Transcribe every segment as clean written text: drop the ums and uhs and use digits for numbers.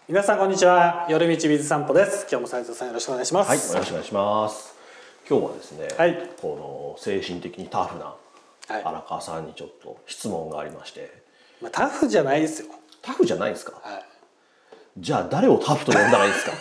皆さんこんにちは。夜道ビズ散歩です。今日も斉藤さんよろしくお願いします。 はい、よろしくお願いします。今日はですね、 はい、 この精神的にタフなはい、 荒川さんにちょっと質問がありまして。 タフじゃないですよ。 タフじゃないですか。 はい、 じゃあ誰をタフと呼んだらいいですか。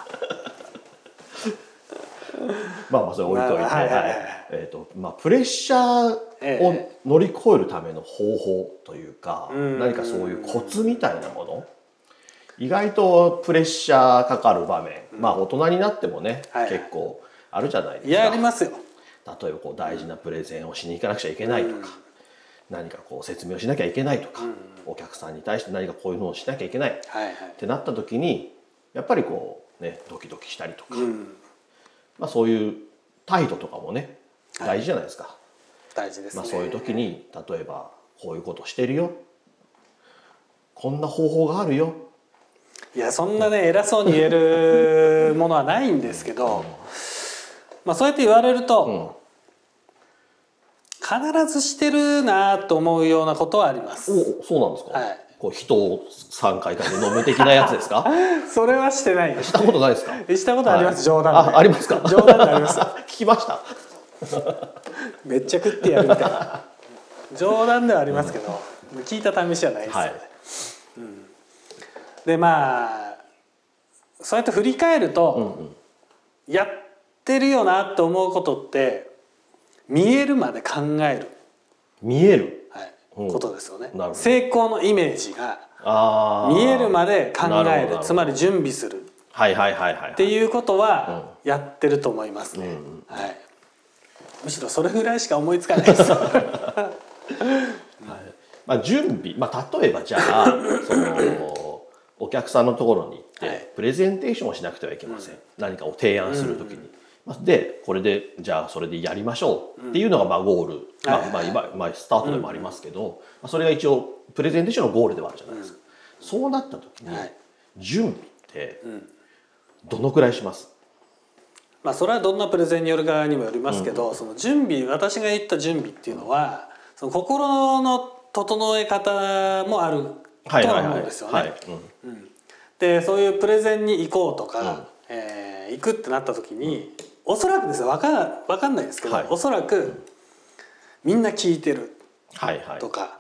まあそれ置いといて、プレッシャーを乗り越えるための方法というか、何かそういうコツみたいなもの。意外とプレッシャーかかる場面、大人になってもね、結構あるじゃないですか。 いや、ありますよ。 例えば大事なプレゼンをしに行かなくちゃいけないとか、何か説明をしなきゃいけないとか、お客さんに対して何かこういうのをしなきゃいけないってなった時に、やっぱりドキドキしたりとか、そういう態度とかもね大事じゃないですか。 大事ですね。 そういう時に例えばこういうことしてるよ、こんな方法があるよ。 いや、そんなね偉そうに言えるものはないんですけど、そうやって言われると、必ずしてるなと思うようなことはあります。 そうなんですか。 はい、 人を3回食べ飲む的なやつですか。 それはしてないです。 したことないですか。 したことあります、冗談で。 ありますか。 冗談であります。 聞きました。 めっちゃ食ってやるみたいな冗談ではありますけど、聞いた試しはないですよね。でそうやって振り返ると、やってるよなと思うことって見えるまで考える、ことですよね。成功のイメージが見えるまで考える、つまり準備するっていうことはやってると思いますね。むしろそれぐらいしか思いつかないです。 準備、例えばじゃあお客さんのところに行ってプレゼンテーションをしなくてはいけません。何かを提案するときに、でこれでじゃあそれでやりましょうっていうのがゴール、スタートでもありますけど、それが一応プレゼンテーションのゴールではあるじゃないですか。そうなったときに準備ってどのくらいします？ それはどんなプレゼンによるかにもよりますけど、その準備、私が言った準備っていうのはその心の整え方もあるとは思うんですよね。でそういうプレゼンに行こうとか、行くってなった時に、おそらくですよ、分かんないですけど、おそらくみんな聞いてるとか、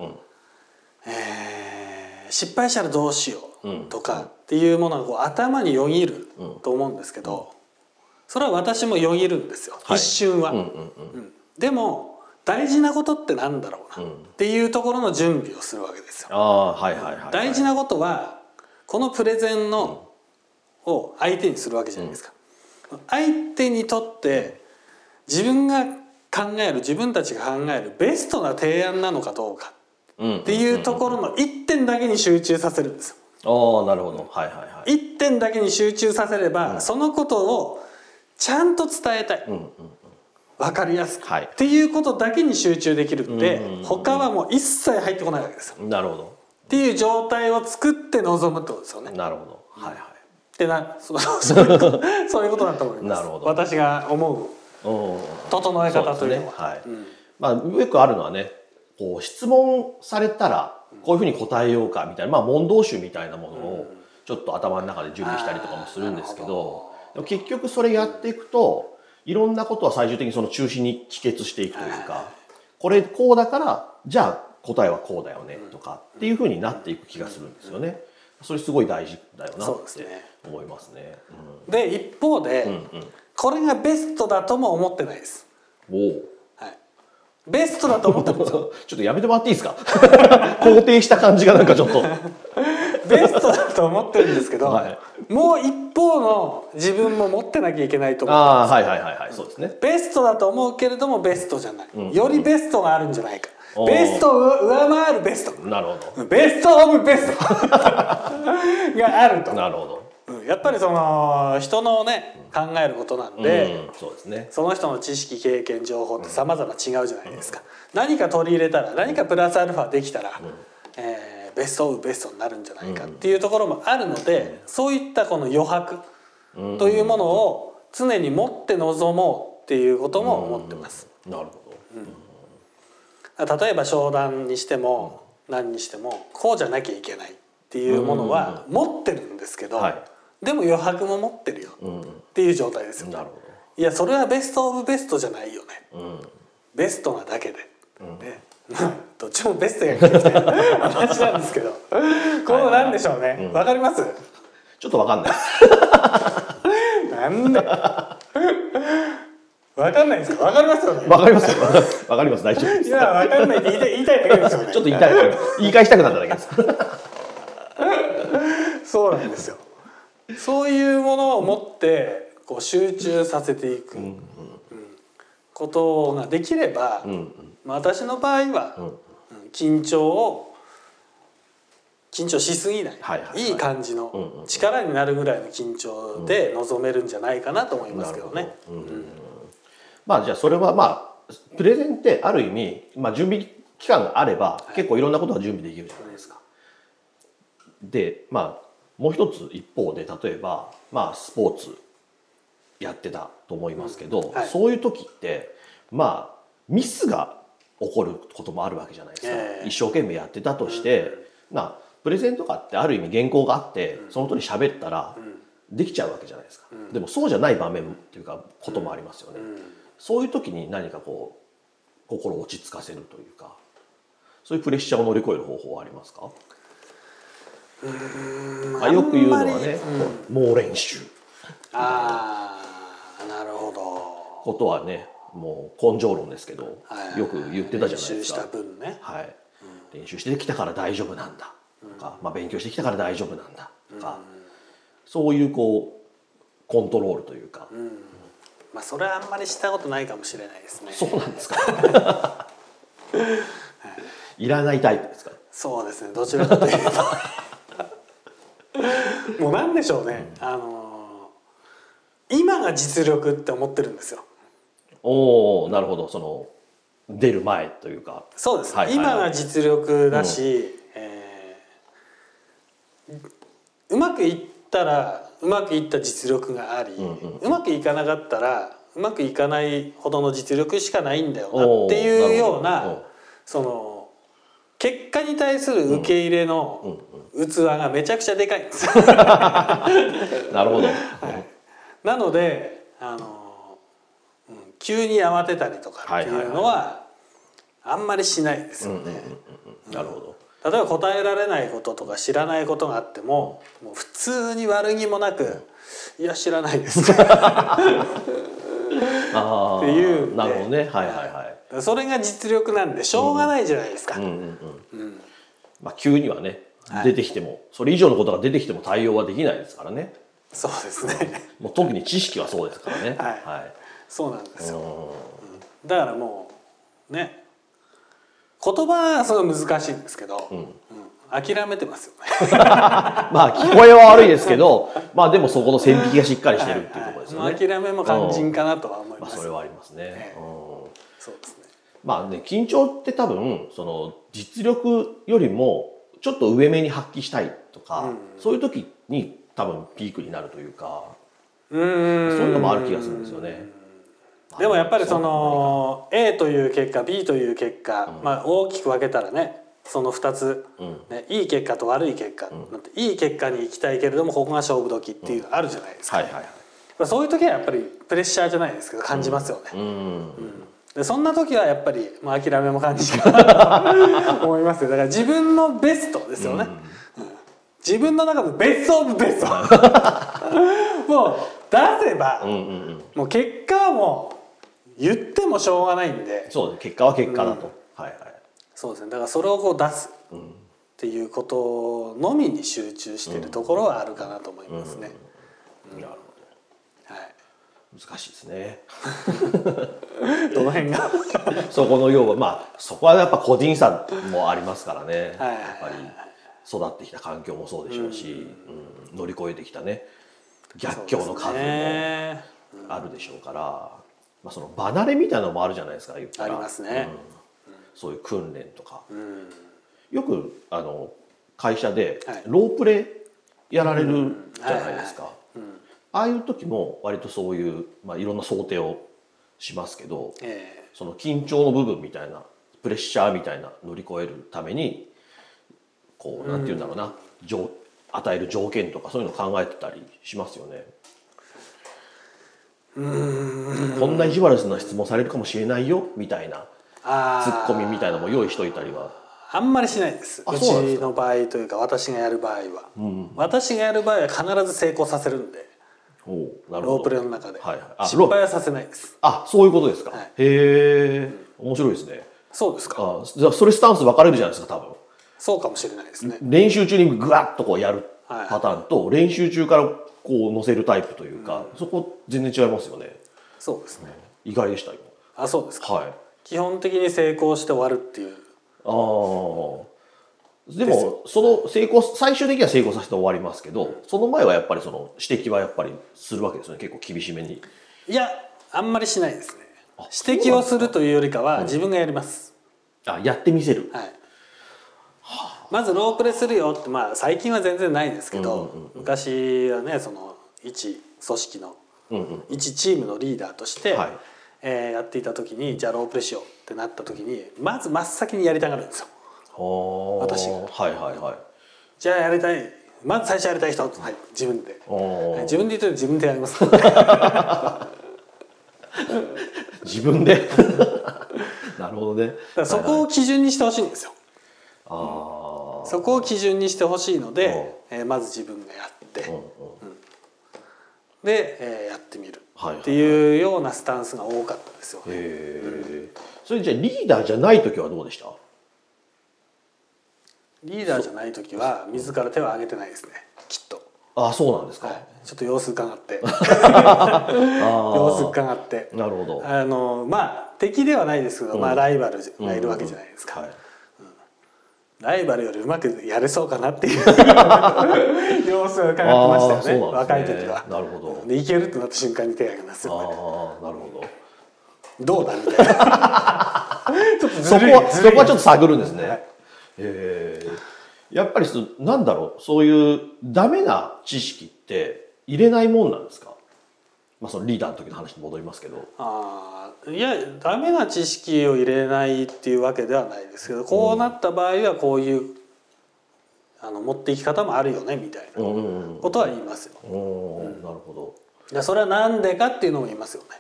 失敗したらどうしようとかっていうものが頭によぎると思うんですけど、それは私もよぎるんですよ、一瞬は。でも大事なことってなんだろうなっていうところの準備をするわけですよ。大事なことはこのプレゼンを相手にするわけじゃないですか。相手にとって自分たちが考えるベストな提案なのかどうかっていうところの一点だけに集中させるんですよ。 なるほど。 一点だけに集中させれば、そのことをちゃんと伝えたい、分かりやすくっていうことだけに集中できるって、他はもう一切入ってこないわけですよ。 なるほど。 っていう状態を作って臨むってことですよね。 なるほど。 そういうことだと思います。私が思う整え方というのは。 よくあるのはね、質問されたらこういうふうに答えようかみたいな、問答集みたいなものをちょっと頭の中で準備したりとかもするんですけど、結局それやっていくといろんなことは最終的にその中心に帰結していくというか、これこうだからじゃあ答えはこうだよねとかっていうふうになっていく気がするんですよね。それすごい大事だよなって思いますね。 で一方で、これがベストだとも思ってないです。ベストだと思ってるんですよ。 ちょっとやめてもらっていいですか。肯定した感じがなんかちょっとベストだと思ってるんですけど、もう一方の自分も持ってなきゃいけないと思ってます。そうですね。ベストだと思うけれどもベストじゃない、よりベストがあるんじゃないか、ベストを上回るベスト、なるほど、ベストオブベストがあると。なるほど。やっぱりその人のね考えることなんで、その人の知識経験情報ってさまざま違うじゃないですか。何か取り入れたら、何かプラスアルファできたら、ベストオブベストになるんじゃないかっていうところもあるので、そういったこの余白というものを常に持って臨もうっていうことも思ってます。なるほど。例えば商談にしても何にしてもこうじゃなきゃいけないっっていうものは持ってるんですけど、 はい、 でも余白も持ってるよっていう状態ですよね。 なるほど。 いやそれはベストオブベストじゃないよね、ベストなだけで、ね、どっちもベストやんけみたいな話なんですけどこのなんでしょうね、わかります？ ちょっとわかんないなんでわかんないですか？わかりますよね。 わかりますよ。わかります。大丈夫です。 いやわかんないって言いたいだけですよね。 ちょっと言いたい。言い返したくなっただけです。 そうなんですよ。そういうものを持ってこう集中させていくことができれば、私の場合は緊張しすぎない、いい感じの力になるぐらいの緊張で臨めるんじゃないかなと思いますけどね。 まあじゃあそれはまあプレゼンってある意味、まあ、準備期間があれば結構いろんなことが準備できるじゃないですか。でまあもう一つ一方で例えばまあスポーツやってたと思いますけど、そういう時ってまあミスが起こることもあるわけじゃないですか。一生懸命やってたとして、まあプレゼンとかってある意味原稿があってその通り喋ったらできちゃうわけじゃないですか。でもそうじゃない場面っていうかこともありますよね。そういう時に何かこう心を落ち着かせるというか、そういうプレッシャーを乗り越える方法はありますか？よく言うのはね、猛練習。 なるほど。 ことはね、もう根性論ですけど、よく言ってたじゃないですか。 練習した分ね。 はい。練習してきたから大丈夫なんだとか、まあ勉強してきたから大丈夫なんだとか、そういうこうコントロールというか。 まあそれはあんまりしたことないかもしれないですね。 そうなんですか。いらないタイプですか。 そうですね。どちらかというともうなんでしょうね。今が実力って思ってるんですよ。 おお、なるほど。その出る前というか。 そうです。今が実力だし、うまくいったらうまくいった実力があり、うまくいかなかったらうまくいかないほどの実力しかないんだよなっていうような、その結果に対する受け入れの器がめちゃくちゃでかいんですよ。 なるほど。 なので急に慌てたりとかっていうのはあんまりしないですよね。 なるほど。 例えば答えられないこととか知らないことがあっても、もう普通に悪気もなく「いや知らないです」っていうなるほどね。はいはいはい。 それが実力なんでしょうがないじゃないですか。 まあ急にはね出てきても、それ以上のことが出てきても対応はできないですからね。 そうですね。 もう特に知識はそうですからね。 はい。そうなんですよ。だからもうね、言葉はそれ難しいんですけど、諦めてますよね。 まあ聞こえは悪いですけど、まあでもそこの線引きがしっかりしてるっていうところですよね。 諦めも肝心かなとは思います。 まあそれはありますね。 そうですね。 まあね、緊張って多分その実力よりもちょっと上目に発揮したいとか、そういう時に多分ピークになるというか、そういうのもある気がするんですよね。 でもやっぱりその A という結果 B という結果、まあ大きく分けたらね、その2つ、いい結果と悪い結果、いい結果に行きたいけれどもここが勝負時っていうのあるじゃないですか。そういう時はやっぱりプレッシャーじゃないですけど感じますよね。でそんな時はやっぱりもう諦めも感じるかなと思いますよ。だから自分のベストですよね。自分の中のベストオブベストもう出せば、もう結果はもう言ってもしょうがないんで。 そうです。結果は結果だと。 そうですね。だからそれをこう出すっていうことのみに集中しているところはあるかなと思いますね。 なるほど。難しいですね。 どの辺がそこの要はまあそこはやっぱ個人差もありますからね。やっぱり育ってきた環境もそうでしょうし、乗り越えてきたね逆境の数もあるでしょうから、まあその離れみたいなのもあるじゃないですか。言ったらありますね。 そういう訓練とか、よく会社でロープレイやられるじゃないですか。ああいう時も割とそういう、まあ、いろんな想定をしますけど、その緊張の部分みたいなプレッシャーみたいな乗り越えるためにこうなんていうんだろうな、 与える条件とかそういうの考えてたりしますよね。こんな意地悪な質問されるかもしれないよみたいなツッコミみたいなのも用意しといたりは。 あんまりしないです。うちの場合というか私がやる場合は、私がやる場合は必ず成功させるんで、ロープレの中で、失敗はさせないです。 そういうことですか。へえ、面白いですね。 そうですか。 じゃあそれスタンス分かれるじゃないですか多分。 そうかもしれないですね。 練習中にグワッとこうやるパターンと、練習中からこう乗せるタイプというか、そこ全然違いますよね。 そうですね。 意外でしたよ。 そうですか。基本的に成功して終わるっていう。 でもその最終的には成功させて終わりますけど、その前はやっぱりその指摘はやっぱりするわけですよね。結構厳しめに。 いや、あんまりしないですね。指摘をするというよりかは自分がやります。 やってみせる。 まずロープレするよって、最近は全然ないですけど、昔はね、その一組織の一チームのリーダーとしてやっていた時に、じゃあロープレしようってなった時にまず真っ先にやりたがるんですよ、私が。じゃあやりたい、まず最初やりたい人、自分で、自分で言って自分でやります自分でなるほどね。 そこを基準にしてほしいんですよ。そこを基準にしてほしいので、まず自分がやって、で、やってみるっていうようなスタンスが多かったですよね。 それじゃあリーダーじゃない時はどうでした？ リーダーじゃない時は自ら手を挙げてないですね、きっと。 そうなんですか。 ちょっと様子伺って様子伺って。 なるほど。 敵ではないですけど、ライバルがいるわけじゃないですか。ライバルよりうまくやれそうかなっていう様子を伺ってましたよね、若い時は。 なるほど。 でいけるってなった瞬間に手を挙げますよね。 なるほど。 どうだみたいなちょっとそこはちょっと探るんですね。やっぱりなんだろう、そういうダメな知識って入れないもんなんですか？そのリーダーの時の話に戻りますけど。 いや、ダメな知識を入れないっていうわけではないですけど、こうなった場合はこういう持っていき方もあるよねみたいなことは言いますよ。なるほど。それは何でかっていうのも言いますよね。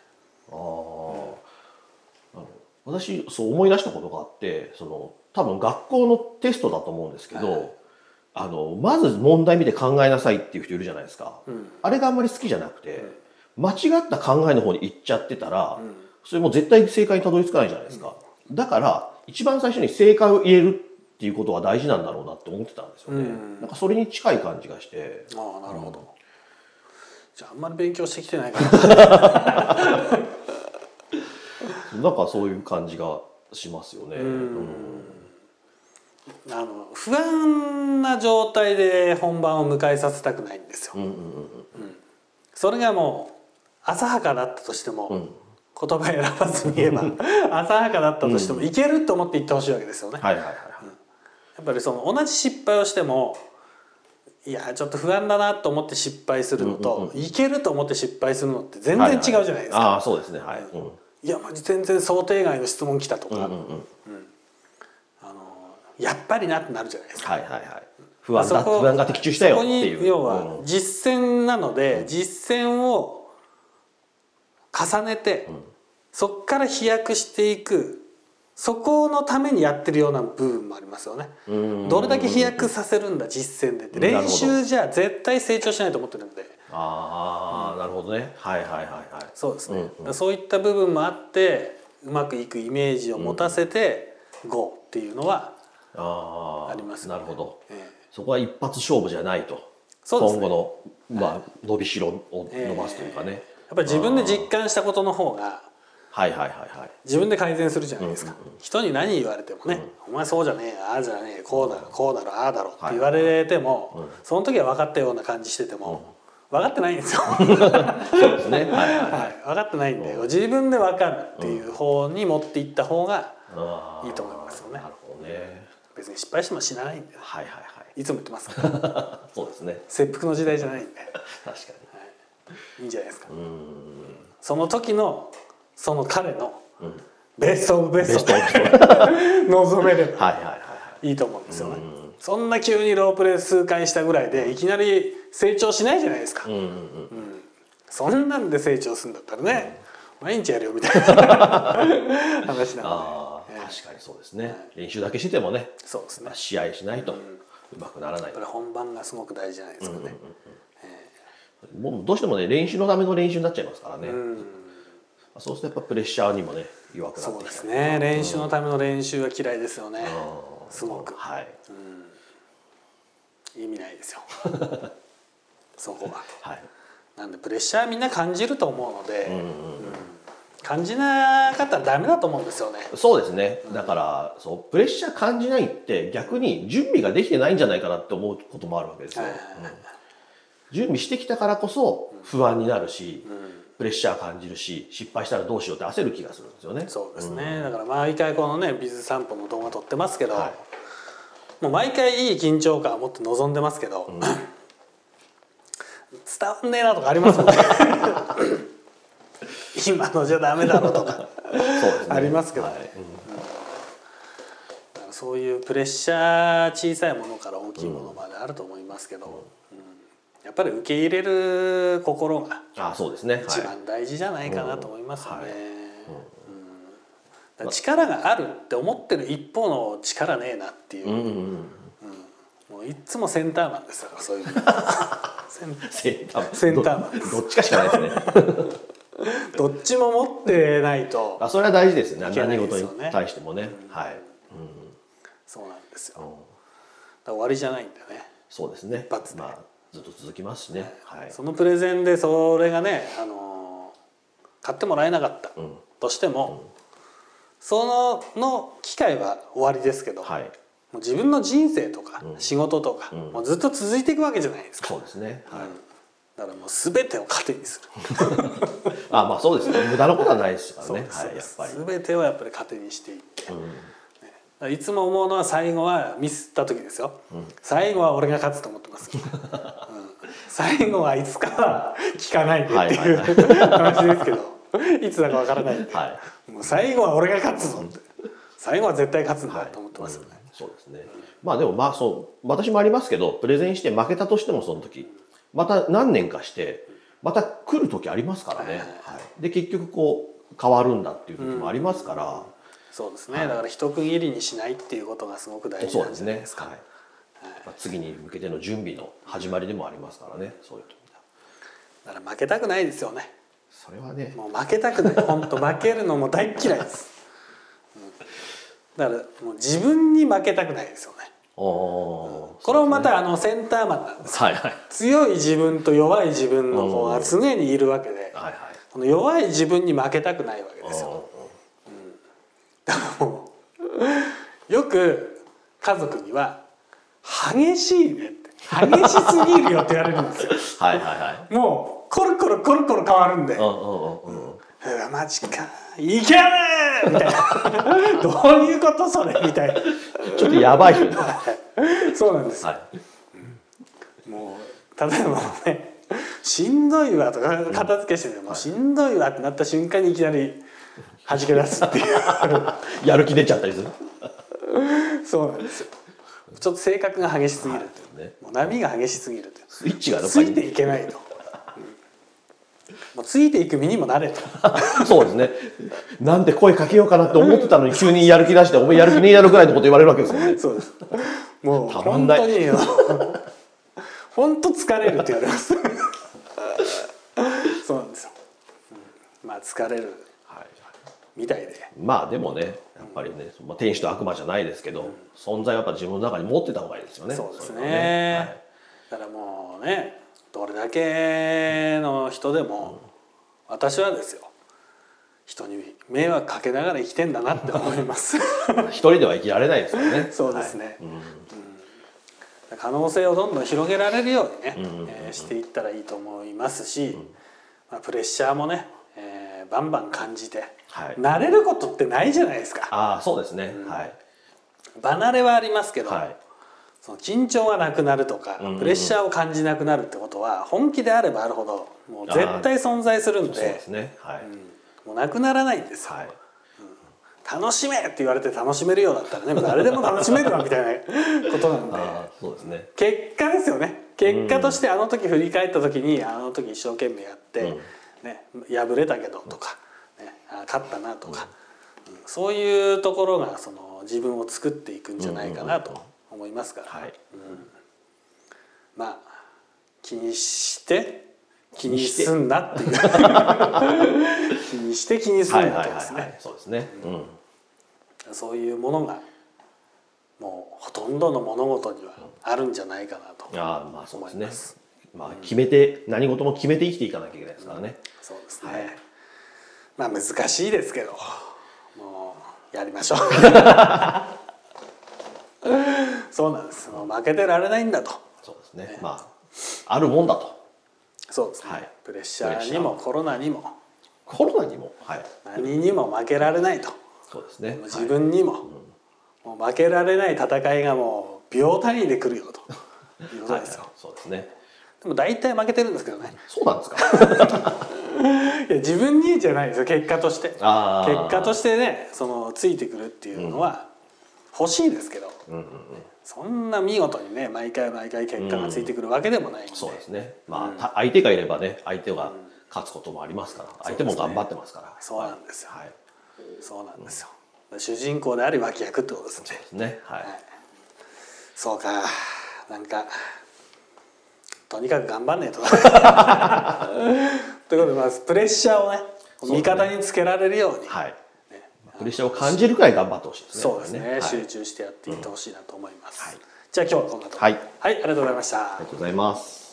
私そう思い出したことがあって、多分学校のテストだと思うんですけど、まず問題見て考えなさいっていう人いるじゃないですか。あれがあんまり好きじゃなくて、間違った考えの方に行っちゃってたら、それも絶対正解にたどり着かないじゃないですか。だから一番最初に正解を入れるっていうことは大事なんだろうなって思ってたんですよね。なんかそれに近い感じがして。 なるほど。じゃああんまり勉強してきてないからなんかそういう感じがしますよね。 不安な状態で本番を迎えさせたくないんですよ。それがもう浅はかだったとしても、言葉選ばずに言えば浅はかだったとしてもいけると思って言ってほしいわけですよね。やっぱり同じ失敗をしても、いやちょっと不安だなと思って失敗するのと、いけると思って失敗するのって全然違うじゃないですか。 そうですね。 いや全然想定外の質問来たとか、やっぱりなってなるじゃないですか。 不安が的中したよっていう。 そこに要は実践なので、実践を重ねて、そこから飛躍していく、そこのためにやってるような部分もありますよね。どれだけ飛躍させるんだ実践でって、練習じゃ絶対成長しないと思ってるんで。 なるほどね。 そうですね。そういった部分もあって、うまくいくイメージを持たせて GO っていうのはありますね。 なるほど。そこは一発勝負じゃないと。今後の伸びしろを伸ばすというかね。 やっぱり自分で実感したことの方が自分で改善するじゃないですか。人に何言われてもね、お前そうじゃねえ、ああじゃねえ、こうだろこうだろああだろって言われても、その時は分かったような感じしてても分かってないんですよ。 そうですね。 分かってないんで、自分で分かるっていう方に持っていった方がいいと思いますよね。 なるほどね。 別に失敗しても死なないんで、いつも言ってますから。 そうですね。 切腹の時代じゃないんで。 確かに。いいんじゃないですか。その時のその彼のベストオブベストで臨めればいいと思うんですよね。 そんな急にロープレ数回したぐらいでいきなり成長しないじゃないですか。そんなんで成長するんだったらね、毎日やるよみたいな話なので、 確かにそうですね。練習だけしててもね、 そうですね、 試合しないとうまくならない。 これ本番がすごく大事じゃないですかね。 もうどうしてもね、練習のための練習になっちゃいますからね。そうするとやっぱプレッシャーにもね弱くなってきたり。 そうですね、練習のための練習は嫌いですよね、すごく。はい、意味ないですよそこは。はい、なんでプレッシャーみんな感じると思うので、感じなかったらダメだと思うんですよね。 そうですね。だからそうプレッシャー感じないって逆に準備ができてないんじゃないかなって思うこともあるわけですよ。準備してきたからこそ不安になるし、プレッシャー感じるし、失敗したらどうしようって焦る気がするんですよね。 そうですね。だから毎回このねビズ散歩の動画撮ってますけど、もう毎回いい緊張感を持って臨んでますけど、伝わんねえなとかありますもんね今のじゃダメだろとかありますけどね。そういうプレッシャー、小さいものから大きいものまであると思いますけど、やっぱり受け入れる心が一番大事じゃないかなと思いますよね。力があるって思ってる一方の力ねえなっていう、もういつもセンターマンですよ、そういうセンターマンです。 どっちかしかないですねどっちも持ってないと。 それは大事ですよね、何事に対してもね。 そうなんですよ。終わりじゃないんだよね。 そうですね。ずっと続きますしね。 そのプレゼンでそれがね、買ってもらえなかったとしても、その機会は終わりですけど、もう自分の人生とか仕事とかもうずっと続いていくわけじゃないですか。 そうですね。 だからもう全てを糧にするまあそうですね。無駄なことはないですからね。やっぱり全てをやっぱり糧にしていって、いつも思うのは最後はミスった時ですよ。最後は俺が勝つと思ってます最後はいつかは聞かないでっていう話ですけど、いつだかわからないんで、もう最後は俺が勝つぞって、最後は絶対勝つんだと思ってますよね。 そうですね。でもそう私もありますけど、プレゼンして負けたとしてもその時また何年かしてまた来る時ありますからね。で結局こう変わるんだっていう時もありますから。 そうですね。だから一区切りにしないっていうことがすごく大事なんじゃないですか。 次に向けての準備の始まりでもありますからね。そういう時だから負けたくないですよね。 それはね。 もう負けたくない。本当負けるのも大っ嫌いです。だからもう自分に負けたくないですよね。これもまたセンターマンなんです。強い自分と弱い自分の方が常にいるわけで、この弱い自分に負けたくないわけですよ。だからもうよく家族には激しいねって激しすぎるよって言われるんですよ。もうコロコロコロコロ変わるんで、マジかいけねえみたいなどういうことそれみたいな、 ちょっとやばい人そうなんですよ。もう例えばね、しんどいわとか片付けしててもしんどいわってなった瞬間にいきなり弾け出すっていうやる気出ちゃったりするそうなんですよ。ちょっと性格が激しすぎるっていう、もう波が激しすぎるって、 スイッチがついていけないと、もうついていく身にもなれとそうですね。なんで声かけようかなって思ってたのに急にやる気出して、お前やる気ねえだろぐらいのこと言われるわけですよね。 そうです。もう本当に本当疲れるって言われますそうなんですよ。疲れるみたいで、 でもね、やっぱりね、天使と悪魔じゃないですけど、存在はやっぱ自分の中に持ってた方がいいですよね。 そうですね。だからもうね、どれだけの人でも私はですよ、人に迷惑かけながら生きてんだなって思います一人では生きられないですよね。 そうですね。可能性をどんどん広げられるようにね、していったらいいと思いますし、プレッシャーもね、バンバン感じて、慣れることってないじゃないですか。 そうですね。 離れはありますけど、その緊張がなくなるとか、プレッシャーを感じなくなるってことは本気であればあるほどもう絶対存在するんで、もうなくならないんですよ。 楽しめって言われて楽しめるようだったらね誰でも楽しめるわみたいなことなんでそうですね、 結果ですよね。結果としてあの時振り返った時にあの時一生懸命やって、ね、敗れたけどとか、ね、勝ったなとか、そういうところがその自分を作っていくんじゃないかなと思いますから、まあ気にすんなっていう気にして気にするなとですね。 そうですね、 そういうものがもうほとんどの物事にはあるんじゃないかなと思います。 まあ決めて、何事も決めて生きていかなきゃいけないですからね。 そうですね。まあ難しいですけど、もうやりましょう。そうなんです。もう負けてられないんだと。 そうですね。まああるもんだと。 そうですね。プレッシャーにもコロナにも何にも負けられないと。 そうですね。 自分にももう負けられない戦いがもう秒単位で来るよということですよ。 そうですね。 でも大体負けてるんですけどね。 そうなんですか。 いや自分にじゃないですよ。結果として結果としてね、そのついてくるっていうのは欲しいですけど、そんな見事にね毎回結果がついてくるわけでもないんで。 そうですね。まあ相手がいればね、相手が勝つこともありますから、相手も頑張ってますから。 そうなんですよ。そうなんですよ。主人公であり脇役ってことですね。 そうですね。 そうか、なんかとにかく頑張んねえと。ということで、まずプレッシャーをね味方につけられるように、 プレッシャーを感じるくらい頑張ってほしいですね。 そうですね。集中してやっていってほしいなと思います。じゃあ今日はこんなところ。はい、ありがとうございました。 ありがとうございます。